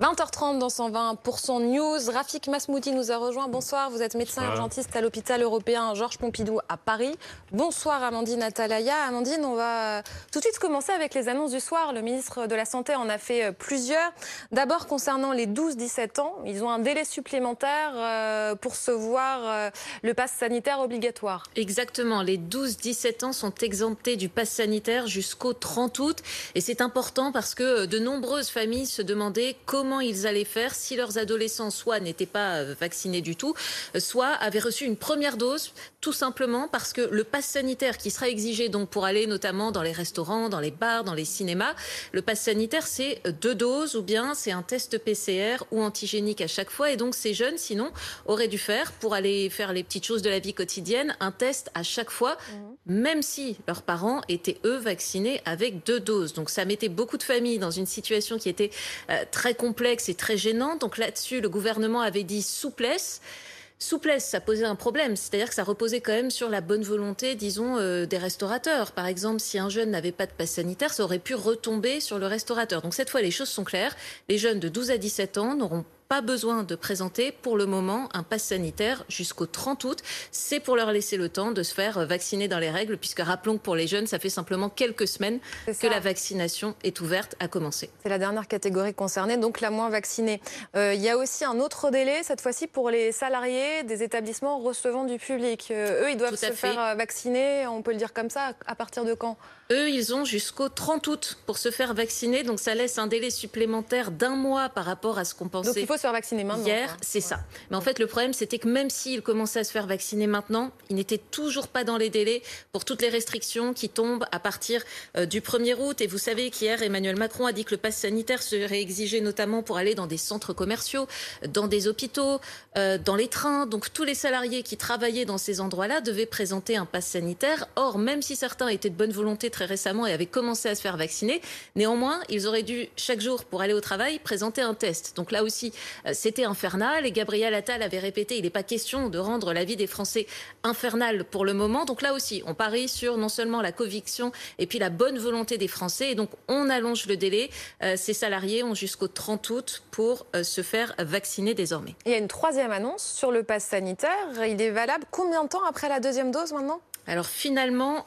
20h30 dans 120% News. Rafik Masmoudi nous a rejoint. Bonsoir, vous êtes médecin urgentiste à l'hôpital européen Georges Pompidou à Paris. Bonsoir Amandine Atalaya. Amandine, on va tout de suite commencer avec les annonces du soir. Le ministre de la Santé en a fait plusieurs. D'abord concernant les 12-17 ans, ils ont un délai supplémentaire pour se voir le pass sanitaire obligatoire. Exactement, les 12-17 ans sont exemptés du pass sanitaire jusqu'au 30 août. Et c'est important parce que de nombreuses familles se demandaient comment ils allaient faire si leurs adolescents soit n'étaient pas vaccinés du tout, soit avaient reçu une première dose, tout simplement parce que le pass sanitaire qui sera exigé donc pour aller notamment dans les restaurants, dans les bars, dans les cinémas, le pass sanitaire c'est 2 doses ou bien c'est un test PCR ou antigénique à chaque fois. Et donc ces jeunes, sinon, auraient dû faire, pour aller faire les petites choses de la vie quotidienne, un test à chaque fois, même si leurs parents étaient eux vaccinés avec 2 doses. Donc ça mettait beaucoup de familles dans une situation qui était très complexe et très gênante. Donc là-dessus, le gouvernement avait dit souplesse. Souplesse, ça posait un problème, c'est-à-dire que ça reposait quand même sur la bonne volonté, disons, des restaurateurs. Par exemple, si un jeune n'avait pas de passe sanitaire, ça aurait pu retomber sur le restaurateur. Donc cette fois, les choses sont claires. Les jeunes de 12 à 17 ans n'auront pas besoin de présenter pour le moment un pass sanitaire jusqu'au 30 août. C'est pour leur laisser le temps de se faire vacciner dans les règles, puisque rappelons que pour les jeunes, ça fait simplement quelques semaines que la vaccination est ouverte à commencer. C'est la dernière catégorie concernée, donc la moins vaccinée. Il y a aussi un autre délai, cette fois-ci pour les salariés des établissements recevant du public. Eux, ils doivent se faire vacciner, on peut le dire comme ça, à partir de quand ? Eux, ils ont jusqu'au 30 août pour se faire vacciner, donc ça laisse un délai supplémentaire d'1 mois par rapport à ce qu'on pensait. Donc il faut se faire vacciner maintenant. Hier, c'est ça. Mais en fait, le problème, c'était que même s'ils commençaient à se faire vacciner maintenant, ils n'étaient toujours pas dans les délais pour toutes les restrictions qui tombent à partir du 1er août. Et vous savez qu'hier, Emmanuel Macron a dit que le pass sanitaire serait exigé notamment pour aller dans des centres commerciaux, dans des hôpitaux, dans les trains. Donc tous les salariés qui travaillaient dans ces endroits-là devaient présenter un pass sanitaire. Or, même si certains étaient de bonne volonté très récemment et avaient commencé à se faire vacciner, néanmoins, ils auraient dû chaque jour, pour aller au travail, présenter un test. Donc là aussi, c'était infernal. Et Gabriel Attal avait répété, il n'est pas question de rendre la vie des Français infernale pour le moment. Donc là aussi, on parie sur non seulement la conviction et puis la bonne volonté des Français. Et donc, on allonge le délai. Ces salariés ont jusqu'au 30 août pour se faire vacciner désormais. Il y a une troisième annonce sur le pass sanitaire. Il est valable combien de temps après la deuxième dose maintenant ? Alors finalement,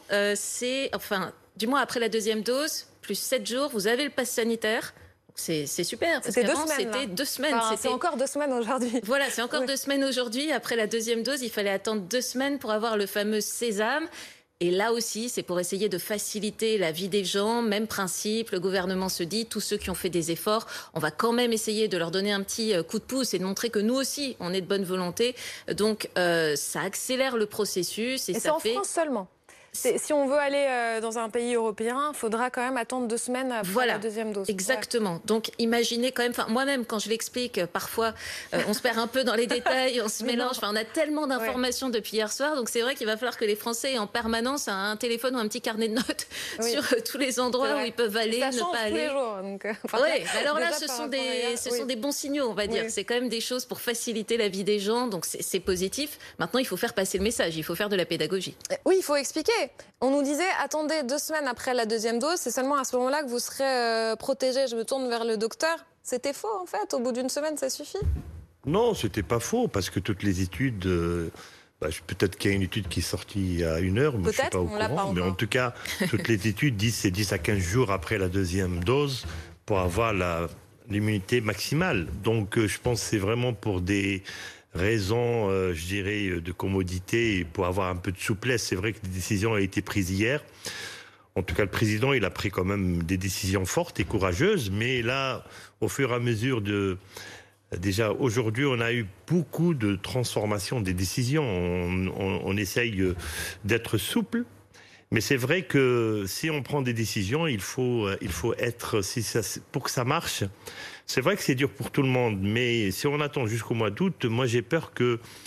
du moins après la deuxième dose, plus 7 jours, vous avez le pass sanitaire. C'est super, parce qu'avant c'était 2 semaines. Enfin, c'est encore 2 semaines aujourd'hui. Voilà, c'est encore 2 semaines aujourd'hui. Après la deuxième dose, il fallait attendre 2 semaines pour avoir le fameux sésame. Et là aussi, c'est pour essayer de faciliter la vie des gens. Même principe, le gouvernement se dit, tous ceux qui ont fait des efforts, on va quand même essayer de leur donner un petit coup de pouce et de montrer que nous aussi, on est de bonne volonté. Donc, ça accélère le processus. Et c'est en France seulement ? Si on veut aller dans un pays européen, il faudra quand même attendre 2 semaines après la deuxième dose. Exactement. Ouais. Donc imaginez quand même, moi-même quand je l'explique, parfois on se perd un peu dans les détails, on se mélange, on a tellement d'informations depuis hier soir, donc c'est vrai qu'il va falloir que les Français aient en permanence un téléphone ou un petit carnet de notes sur tous les endroits où ils peuvent aller, ne pas aller. Tous les jours. Donc, alors là, ce sont des bons signaux, on va dire. C'est quand même des choses pour faciliter la vie des gens, donc c'est positif. Maintenant, il faut faire passer le message, il faut faire de la pédagogie. Oui, il faut expliquer. On nous disait, attendez 2 semaines après la deuxième dose, c'est seulement à ce moment-là que vous serez protégé. Je me tourne vers le docteur. C'était faux, en fait. Au bout d'1 semaine, ça suffit. Non, c'était pas faux, parce que toutes les études... peut-être qu'il y a une étude qui est sortie il y a 1 heure, moi je suis pas au courant. Mais en tout cas, toutes les études disent c'est 10 à 15 jours après la deuxième dose pour avoir l'immunité maximale. Donc je pense que c'est vraiment pour des raisons, je dirais, de commodité et pour avoir un peu de souplesse. C'est vrai que des décisions ont été prises hier. En tout cas, le président, il a pris quand même des décisions fortes et courageuses. Mais là, au fur et à mesure déjà, aujourd'hui, on a eu beaucoup de transformations des décisions. On essaye d'être souple. Mais c'est vrai que si on prend des décisions, il faut être... pour que ça marche, c'est vrai que c'est dur pour tout le monde. Mais si on attend jusqu'au mois d'août, moi j'ai peur que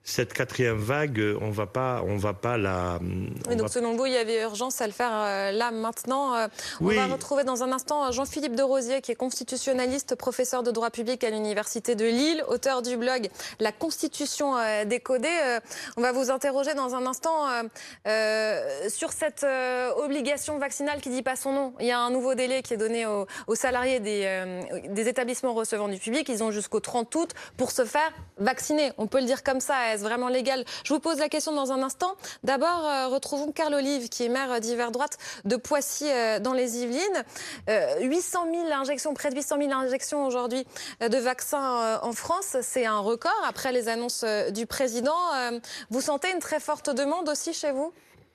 cette quatrième vague, on va pas la... donc selon vous, il y avait urgence à le faire là, maintenant. On va retrouver dans un instant Jean-Philippe de Rosier, qui est constitutionnaliste, professeur de droit public à l'Université de Lille, auteur du blog La Constitution décodée. On va vous interroger dans un instant sur cette obligation vaccinale qui ne dit pas son nom. Il y a un nouveau délai qui est donné aux salariés des établissements recevant du public. Ils ont jusqu'au 30 août pour se faire vacciner. On peut le dire comme ça. Est-ce vraiment légal? Je vous pose la question dans un instant. D'abord, retrouvons Carl Olive, qui est maire d'Hiver Droite de Poissy dans les Yvelines. 800 000 injections, près de 800 000 injections aujourd'hui de vaccins en France. C'est un record après les annonces du président. Vous sentez une très forte demande aussi chez vous?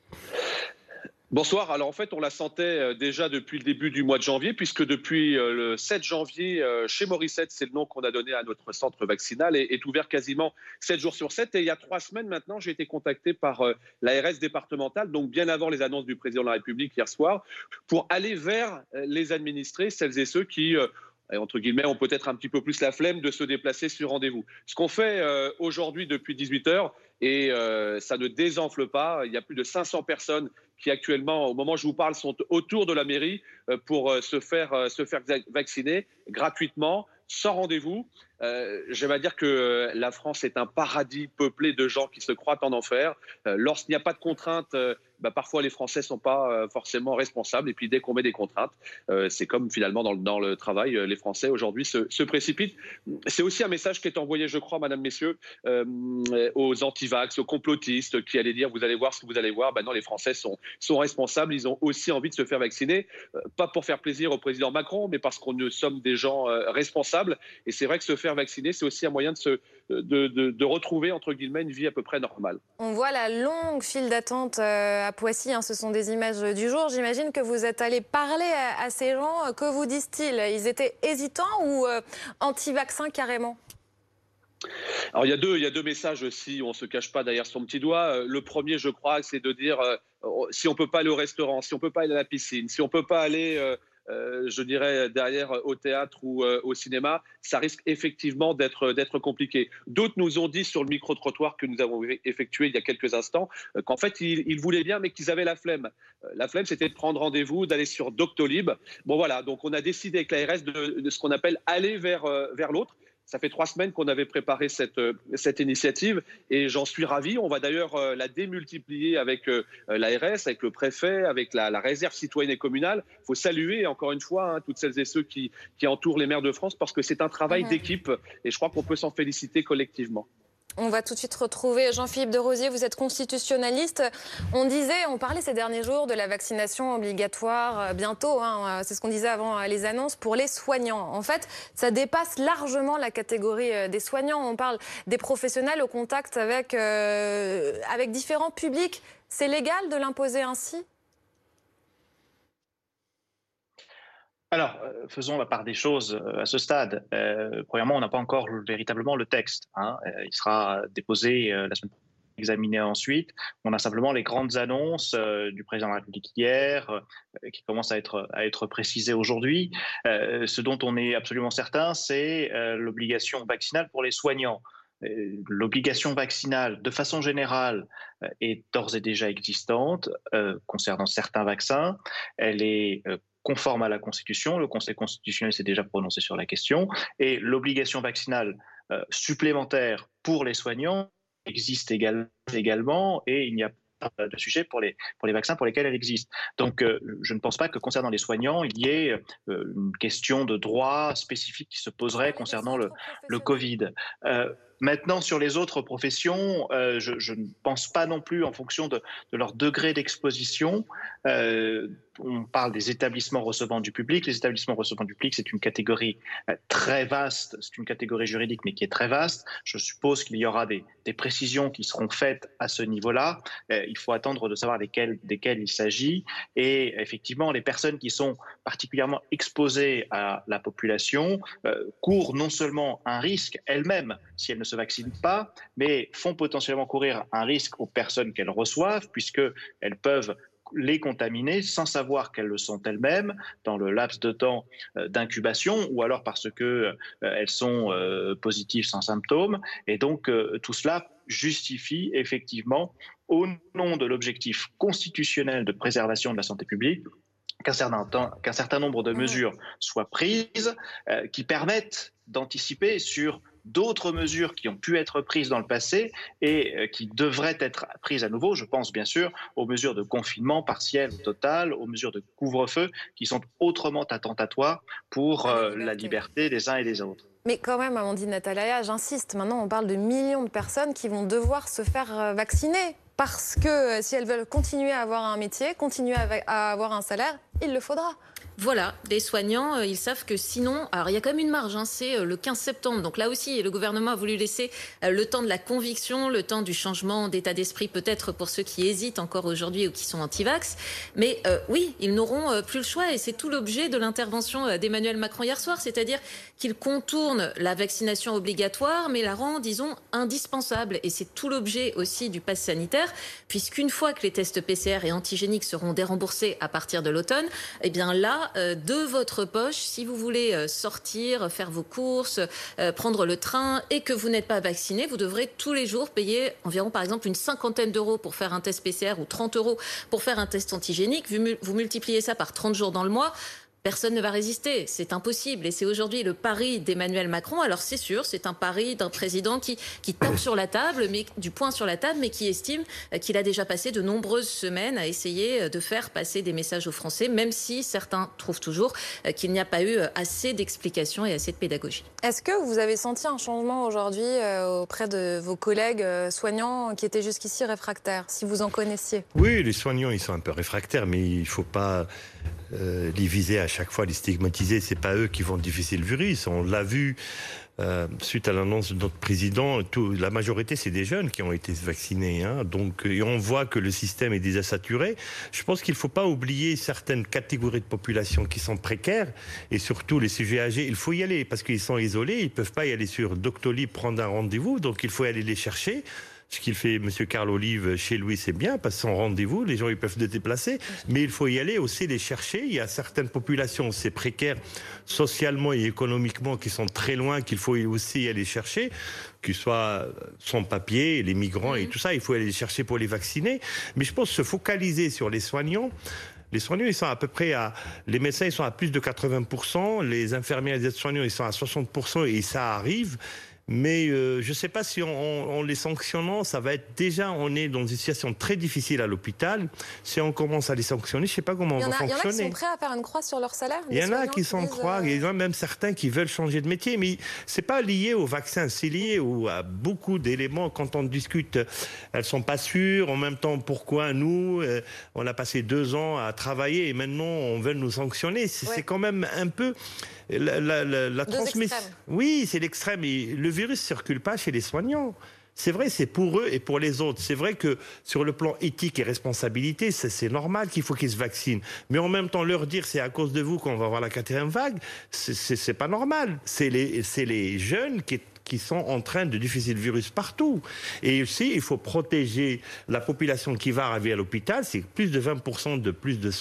Bonsoir. Alors en fait, on la sentait déjà depuis le début du mois de janvier, puisque depuis le 7 janvier, chez Morissette, c'est le nom qu'on a donné à notre centre vaccinal, est ouvert quasiment 7 jours sur 7. Et il y a 3 semaines maintenant, j'ai été contacté par l'ARS départementale, donc bien avant les annonces du président de la République hier soir, pour aller vers les administrés, celles et ceux qui... entre guillemets, ont peut-être un petit peu plus la flemme de se déplacer sur rendez-vous. Ce qu'on fait aujourd'hui depuis 18 heures, et ça ne désenfle pas, il y a plus de 500 personnes qui actuellement, au moment où je vous parle, sont autour de la mairie pour se faire vacciner gratuitement, sans rendez-vous. J'aime à dire que la France est un paradis peuplé de gens qui se croient en enfer. Lorsqu'il n'y a pas de contraintes, parfois les Français ne sont pas forcément responsables. Et puis dès qu'on met des contraintes, c'est comme finalement dans le travail, les Français aujourd'hui se précipitent. C'est aussi un message qui est envoyé, je crois, madame, messieurs, aux antivax, aux complotistes qui allaient dire vous allez voir ce que vous allez voir. Non, les Français sont responsables. Ils ont aussi envie de se faire vacciner, pas pour faire plaisir au président Macron, mais parce qu'on sommes des gens responsables. Et c'est vrai que se faire vacciner, c'est aussi un moyen de retrouver, entre guillemets, une vie à peu près normale. On voit la longue file d'attente à Poissy, ce sont des images du jour. J'imagine que vous êtes allé parler à ces gens. Que vous disent-ils? Ils étaient hésitants ou anti-vaccin carrément? Alors il y a deux messages aussi, on ne se cache pas derrière son petit doigt. Le premier, je crois, c'est de dire si on ne peut pas aller au restaurant, si on ne peut pas aller à la piscine, si on ne peut pas aller... je dirais derrière au théâtre ou au cinéma, ça risque effectivement d'être compliqué. D'autres nous ont dit sur le micro-trottoir que nous avons effectué il y a quelques instants qu'en fait ils voulaient bien mais qu'ils avaient la flemme. La flemme, c'était de prendre rendez-vous, d'aller sur Doctolib. Bon voilà, donc on a décidé avec l'ARS de ce qu'on appelle aller vers l'autre. Ça fait 3 semaines qu'on avait préparé cette initiative et j'en suis ravi. On va d'ailleurs la démultiplier avec l'ARS, avec le préfet, avec la réserve citoyenne et communale. Il faut saluer encore une fois toutes celles et ceux qui entourent les maires de France parce que c'est un travail d'équipe et je crois qu'on peut s'en féliciter collectivement. On va tout de suite retrouver Jean-Philippe de Rosier, vous êtes constitutionnaliste. On parlait ces derniers jours de la vaccination obligatoire bientôt, c'est ce qu'on disait avant les annonces, pour les soignants. En fait, ça dépasse largement la catégorie des soignants. On parle des professionnels au contact avec différents publics. C'est légal de l'imposer ainsi ? Alors, faisons la part des choses à ce stade. Premièrement, on n'a pas encore véritablement le texte. Il sera déposé la semaine prochaine, examiné ensuite. On a simplement les grandes annonces du président de la République hier, qui commencent à être précisées aujourd'hui. Ce dont on est absolument certain, c'est l'obligation vaccinale pour les soignants. L'obligation vaccinale, de façon générale, est d'ores et déjà existante concernant certains vaccins. Elle est conforme à la Constitution. Le Conseil constitutionnel s'est déjà prononcé sur la question. Et l'obligation vaccinale supplémentaire pour les soignants existe également et il n'y a pas de sujet pour les vaccins pour lesquels elle existe. Donc, je ne pense pas que concernant les soignants, il y ait une question de droit spécifique qui se poserait concernant le Covid. Maintenant, sur les autres professions, je ne pense pas non plus en fonction de leur degré d'exposition. On parle des établissements recevant du public. Les établissements recevant du public, c'est une catégorie très vaste. C'est une catégorie juridique, mais qui est très vaste. Je suppose qu'il y aura des précisions qui seront faites à ce niveau-là. Il faut attendre de savoir desquelles il s'agit. Et effectivement, les personnes qui sont particulièrement exposées à la population courent non seulement un risque elles-mêmes, si elles ne se vaccinent pas, mais font potentiellement courir un risque aux personnes qu'elles reçoivent, puisqu'elles peuvent les contaminer sans savoir qu'elles le sont elles-mêmes dans le laps de temps d'incubation, ou alors parce que elles sont positives sans symptômes. Et donc tout cela justifie effectivement, au nom de l'objectif constitutionnel de préservation de la santé publique, qu'un certain nombre de mesures soient prises qui permettent d'anticiper sur d'autres mesures qui ont pu être prises dans le passé et qui devraient être prises à nouveau. Je pense bien sûr aux mesures de confinement partiel ou total, aux mesures de couvre-feu qui sont autrement attentatoires pour la liberté des uns et des autres. Mais quand même, Amandine Atalaya, j'insiste, maintenant on parle de millions de personnes qui vont devoir se faire vacciner. Parce que si elles veulent continuer à avoir un métier, continuer à avoir un salaire, il le faudra. Voilà, les soignants, ils savent que sinon, alors il y a quand même une marge, c'est le 15 septembre. Donc là aussi, le gouvernement a voulu laisser le temps de la conviction, le temps du changement d'état d'esprit, peut-être pour ceux qui hésitent encore aujourd'hui ou qui sont anti-vax. Mais oui, ils n'auront plus le choix et c'est tout l'objet de l'intervention d'Emmanuel Macron hier soir, c'est-à-dire qu'il contourne la vaccination obligatoire, mais la rend, disons, indispensable. Et c'est tout l'objet aussi du pass sanitaire, puisqu'une fois que les tests PCR et antigéniques seront déremboursés à partir de l'automne, eh bien là, de votre poche, si vous voulez sortir, faire vos courses, prendre le train et que vous n'êtes pas vacciné, vous devrez tous les jours payer environ, par exemple, une 50aine d'euros pour faire un test PCR ou 30 euros pour faire un test antigénique. Vous multipliez ça par 30 jours dans le mois. Personne ne va résister, c'est impossible. Et c'est aujourd'hui le pari d'Emmanuel Macron. Alors c'est sûr, c'est un pari d'un président qui tape sur la table, mais du poing sur la table, mais qui estime qu'il a déjà passé de nombreuses semaines à essayer de faire passer des messages aux Français, même si certains trouvent toujours qu'il n'y a pas eu assez d'explications et assez de pédagogie. Est-ce que vous avez senti un changement aujourd'hui auprès de vos collègues soignants qui étaient jusqu'ici réfractaires, si vous en connaissiez? Oui, les soignants, ils sont un peu réfractaires, mais il ne faut pas les viser à chaque fois, les stigmatiser. C'est pas eux qui vont diffuser le virus. On l'a vu suite à l'annonce de notre président. La majorité, c'est des jeunes qui ont été vaccinés. Donc, et on voit que le système est déjà saturé. Je pense qu'il ne faut pas oublier certaines catégories de population qui sont précaires et surtout les sujets âgés. Il faut y aller parce qu'ils sont isolés. Ils ne peuvent pas y aller sur Doctolib prendre un rendez-vous. Donc, il faut aller les chercher. Ce qu'il fait M. Carl Olive chez lui, c'est bien, parce que son rendez-vous, les gens ils peuvent se déplacer, mais il faut y aller aussi les chercher. Il y a certaines populations, c'est précaire socialement et économiquement, qui sont très loin, qu'il faut aussi aller chercher, qu'ils soient sans papier, les migrants et tout ça, il faut aller les chercher pour les vacciner. Mais je pense se focaliser sur les soignants. Les soignants, ils sont à peu près les médecins, ils sont à plus de 80%, les infirmiers et les aides-soignants, ils sont à 60%, et ça arrive. Mais je ne sais pas si on les sanctionnant, ça va être déjà, on est dans une situation très difficile à l'hôpital. Si on commence à les sanctionner, je ne sais pas comment on va fonctionner. Il y en a qui sont prêts à faire une croix sur leur salaire. Il y en a qui sont croix, il y en a même certains qui veulent changer de métier. Mais ce n'est pas lié au vaccin, c'est lié à beaucoup d'éléments. Quand on discute, elles ne sont pas sûres. En même temps, pourquoi nous, on a passé 2 ans à travailler et maintenant on veut nous sanctionner. C'est quand même un peu... La transmission. Oui, c'est l'extrême. Le virus ne circule pas chez les soignants. C'est vrai, c'est pour eux et pour les autres. C'est vrai que sur le plan éthique et responsabilité, c'est normal qu'il faut qu'ils se vaccinent. Mais en même temps, leur dire c'est à cause de vous qu'on va avoir la 4e vague, c'est pas normal. C'est les jeunes qui sont en train de diffuser le virus partout. Et aussi, il faut protéger la population qui va arriver à l'hôpital. C'est plus de 20% de plus de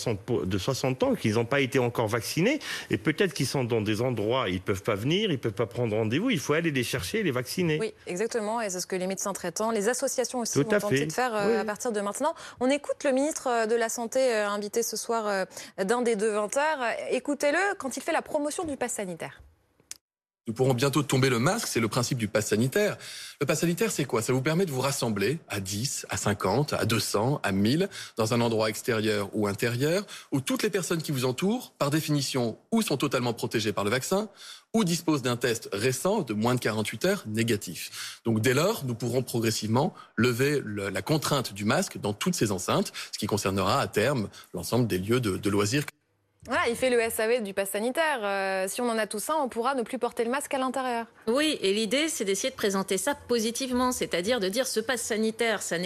60 ans qui n'ont pas été encore vaccinés. Et peut-être qu'ils sont dans des endroits, ils ne peuvent pas venir, ils ne peuvent pas prendre rendez-vous. Il faut aller les chercher et les vacciner. Oui, exactement. Et c'est ce que les médecins traitants, les associations aussi vont tenter de faire à partir de maintenant. On écoute le ministre de la Santé invité ce soir d'un des 2 20h. Écoutez-le quand il fait la promotion du pass sanitaire. Nous pourrons bientôt tomber le masque, c'est le principe du pass sanitaire. Le pass sanitaire, c'est quoi? Ça vous permet de vous rassembler à 10, à 50, à 200, à 1000, dans un endroit extérieur ou intérieur, où toutes les personnes qui vous entourent, par définition, ou sont totalement protégées par le vaccin, ou disposent d'un test récent de moins de 48 heures négatif. Donc dès lors, nous pourrons progressivement lever la contrainte du masque dans toutes ces enceintes, ce qui concernera à terme l'ensemble des lieux de loisirs. Voilà, il fait le SAV du pass sanitaire. Si on en a tous un, on pourra ne plus porter le masque à l'intérieur. Oui, et l'idée, c'est d'essayer de présenter ça positivement, c'est-à-dire de dire ce pass sanitaire, ça n'est pas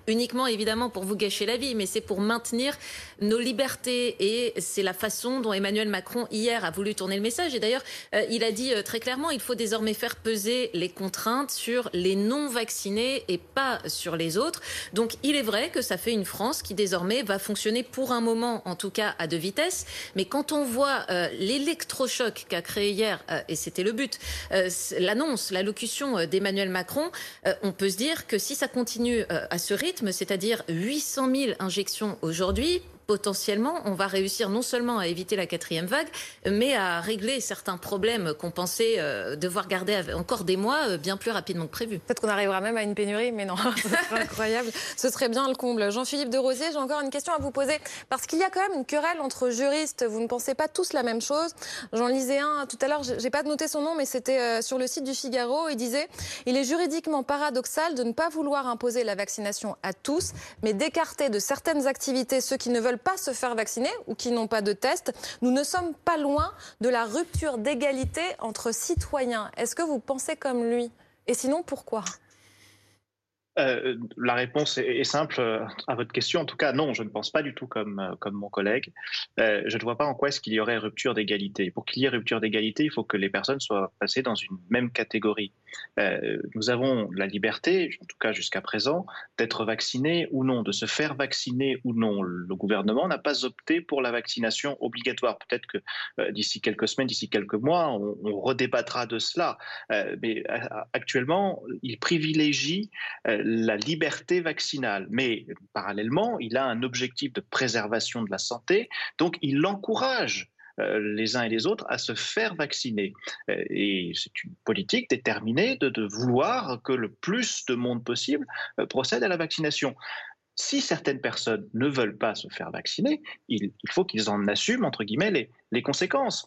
uniquement évidemment pour vous gâcher la vie, mais c'est pour maintenir nos libertés. Et c'est la façon dont Emmanuel Macron hier a voulu tourner le message. Et d'ailleurs, il a dit très clairement, il faut désormais faire peser les contraintes sur les non-vaccinés et pas sur les autres. Donc il est vrai que ça fait une France qui désormais va fonctionner pour un moment, en tout cas à 2 vitesses. Mais quand on voit l'électrochoc qu'a créé hier, et c'était le but, l'annonce, l'allocution d'Emmanuel Macron, on peut se dire que si ça continue à ce rythme, c'est-à-dire 800 000 injections aujourd'hui, potentiellement, on va réussir non seulement à éviter la 4e vague, mais à régler certains problèmes qu'on pensait devoir garder encore des mois bien plus rapidement que prévu. Peut-être qu'on arrivera même à une pénurie, mais non, ce serait incroyable. Ce serait bien le comble. Jean-Philippe de Rosier, j'ai encore une question à vous poser, parce qu'il y a quand même une querelle entre juristes. Vous ne pensez pas tous la même chose. J'en lisais un tout à l'heure, j'ai pas noté son nom, mais c'était sur le site du Figaro. Il disait « Il est juridiquement paradoxal de ne pas vouloir imposer la vaccination à tous, mais d'écarter de certaines activités ceux qui ne veulent pas se faire vacciner ou qui n'ont pas de test. Nous ne sommes pas loin de la rupture d'égalité entre citoyens. » Est-ce que vous pensez comme lui? Et sinon, pourquoi? La réponse est simple à votre question. En tout cas, non, je ne pense pas du tout comme mon collègue. Je ne vois pas en quoi est-ce qu'il y aurait rupture d'égalité. Pour qu'il y ait rupture d'égalité, il faut que les personnes soient passées dans une même catégorie. Nous avons la liberté, en tout cas jusqu'à présent, d'être vaccinés ou non, de se faire vacciner ou non. Le gouvernement n'a pas opté pour la vaccination obligatoire. Peut-être que d'ici quelques semaines, d'ici quelques mois, on redébattra de cela. Mais actuellement, il privilégie la liberté vaccinale. Mais parallèlement, il a un objectif de préservation de la santé, donc il encourage les uns et les autres à se faire vacciner. Et c'est une politique déterminée de vouloir que le plus de monde possible procède à la vaccination. Si certaines personnes ne veulent pas se faire vacciner, il faut qu'ils en assument, entre guillemets, les conséquences.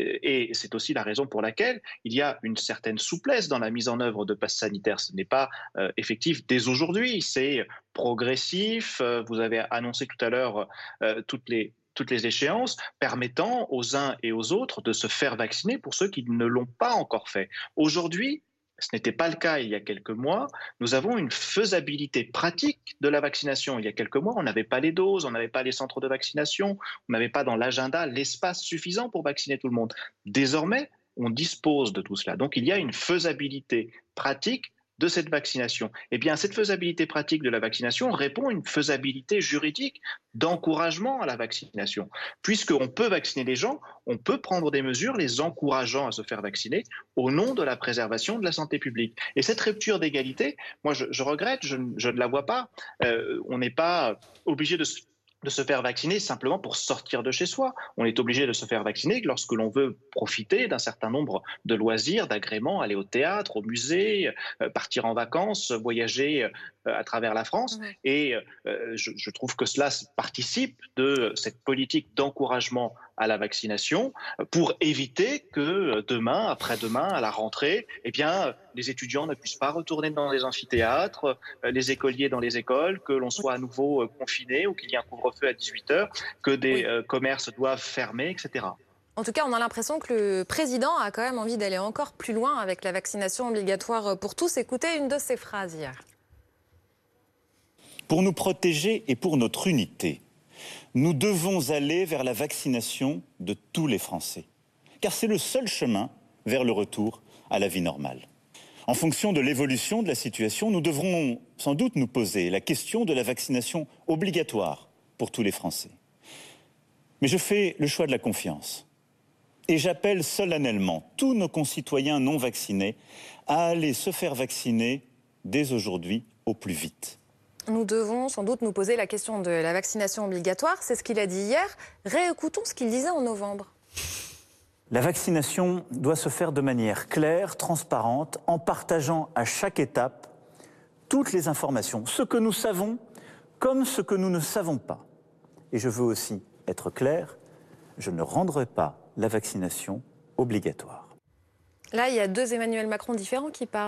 Et c'est aussi la raison pour laquelle il y a une certaine souplesse dans la mise en œuvre de passes sanitaires. Ce n'est pas effectif dès aujourd'hui, c'est progressif. Vous avez annoncé tout à l'heure toutes les échéances permettant aux uns et aux autres de se faire vacciner pour ceux qui ne l'ont pas encore fait. Aujourd'hui, ce n'était pas le cas il y a quelques mois. Nous avons une faisabilité pratique de la vaccination. Il y a quelques mois, on n'avait pas les doses, on n'avait pas les centres de vaccination, on n'avait pas dans l'agenda l'espace suffisant pour vacciner tout le monde. Désormais, on dispose de tout cela. Donc, il y a une faisabilité pratique de cette vaccination. Eh bien, cette faisabilité pratique de la vaccination répond à une faisabilité juridique d'encouragement à la vaccination. Puisqu'on peut vacciner les gens, on peut prendre des mesures les encourageant à se faire vacciner au nom de la préservation de la santé publique. Et cette rupture d'égalité, moi je regrette, je ne la vois pas. On n'est pas obligé de se faire vacciner simplement pour sortir de chez soi. On est obligé de se faire vacciner lorsque l'on veut profiter d'un certain nombre de loisirs, d'agréments, aller au théâtre, au musée, partir en vacances, voyager à travers la France. Et je trouve que cela participe de cette politique d'encouragement à la vaccination pour éviter que demain, après-demain, à la rentrée, eh bien, les étudiants ne puissent pas retourner dans les amphithéâtres, les écoliers dans les écoles, que l'on soit à nouveau confiné ou qu'il y ait un couvre-feu à 18h, que des commerces doivent fermer, etc. En tout cas, on a l'impression que le président a quand même envie d'aller encore plus loin avec la vaccination obligatoire pour tous. Écoutez une de ses phrases hier. Pour nous protéger et pour notre unité, nous devons aller vers la vaccination de tous les Français, car c'est le seul chemin vers le retour à la vie normale. En fonction de l'évolution de la situation, nous devrons sans doute nous poser la question de la vaccination obligatoire pour tous les Français. Mais je fais le choix de la confiance et j'appelle solennellement tous nos concitoyens non vaccinés à aller se faire vacciner dès aujourd'hui au plus vite. Nous devons sans doute nous poser la question de la vaccination obligatoire. C'est ce qu'il a dit hier. Réécoutons ce qu'il disait en novembre. La vaccination doit se faire de manière claire, transparente, en partageant à chaque étape toutes les informations, ce que nous savons comme ce que nous ne savons pas. Et je veux aussi être clair, je ne rendrai pas la vaccination obligatoire. Là, il y a deux Emmanuel Macron différents qui parlent.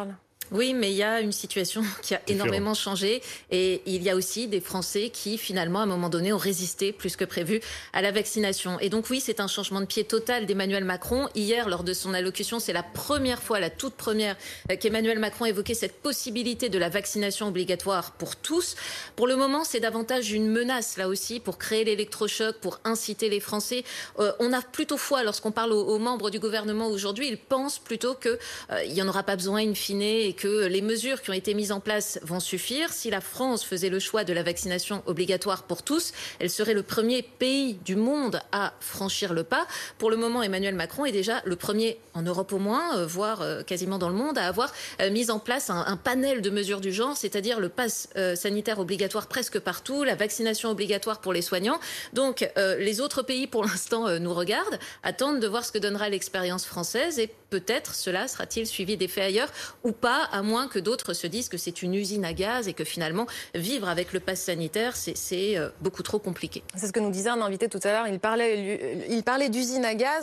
Oui, mais il y a une situation qui a énormément changé et il y a aussi des Français qui, finalement, à un moment donné, ont résisté plus que prévu à la vaccination. Et donc, oui, c'est un changement de pied total d'Emmanuel Macron. Hier, lors de son allocution, c'est la première fois, la toute première, qu'Emmanuel Macron évoquait cette possibilité de la vaccination obligatoire pour tous. Pour le moment, c'est davantage une menace, là aussi, pour créer l'électrochoc, pour inciter les Français. On a plutôt foi, lorsqu'on parle aux membres du gouvernement aujourd'hui, ils pensent plutôt qu'il n'y en aura pas besoin in fine et que les mesures qui ont été mises en place vont suffire. Si la France faisait le choix de la vaccination obligatoire pour tous, elle serait le premier pays du monde à franchir le pas. Pour le moment, Emmanuel Macron est déjà le premier en Europe au moins, voire quasiment dans le monde, à avoir mis en place un panel de mesures du genre, c'est-à-dire le pass sanitaire obligatoire presque partout, la vaccination obligatoire pour les soignants. Donc les autres pays, pour l'instant, nous regardent, attendent de voir ce que donnera l'expérience française et peut-être cela sera-t-il suivi d'effet ailleurs ou pas, à moins que d'autres se disent que c'est une usine à gaz et que finalement, vivre avec le pass sanitaire, c'est beaucoup trop compliqué. C'est ce que nous disait un invité tout à l'heure. Il parlait d'usine à gaz.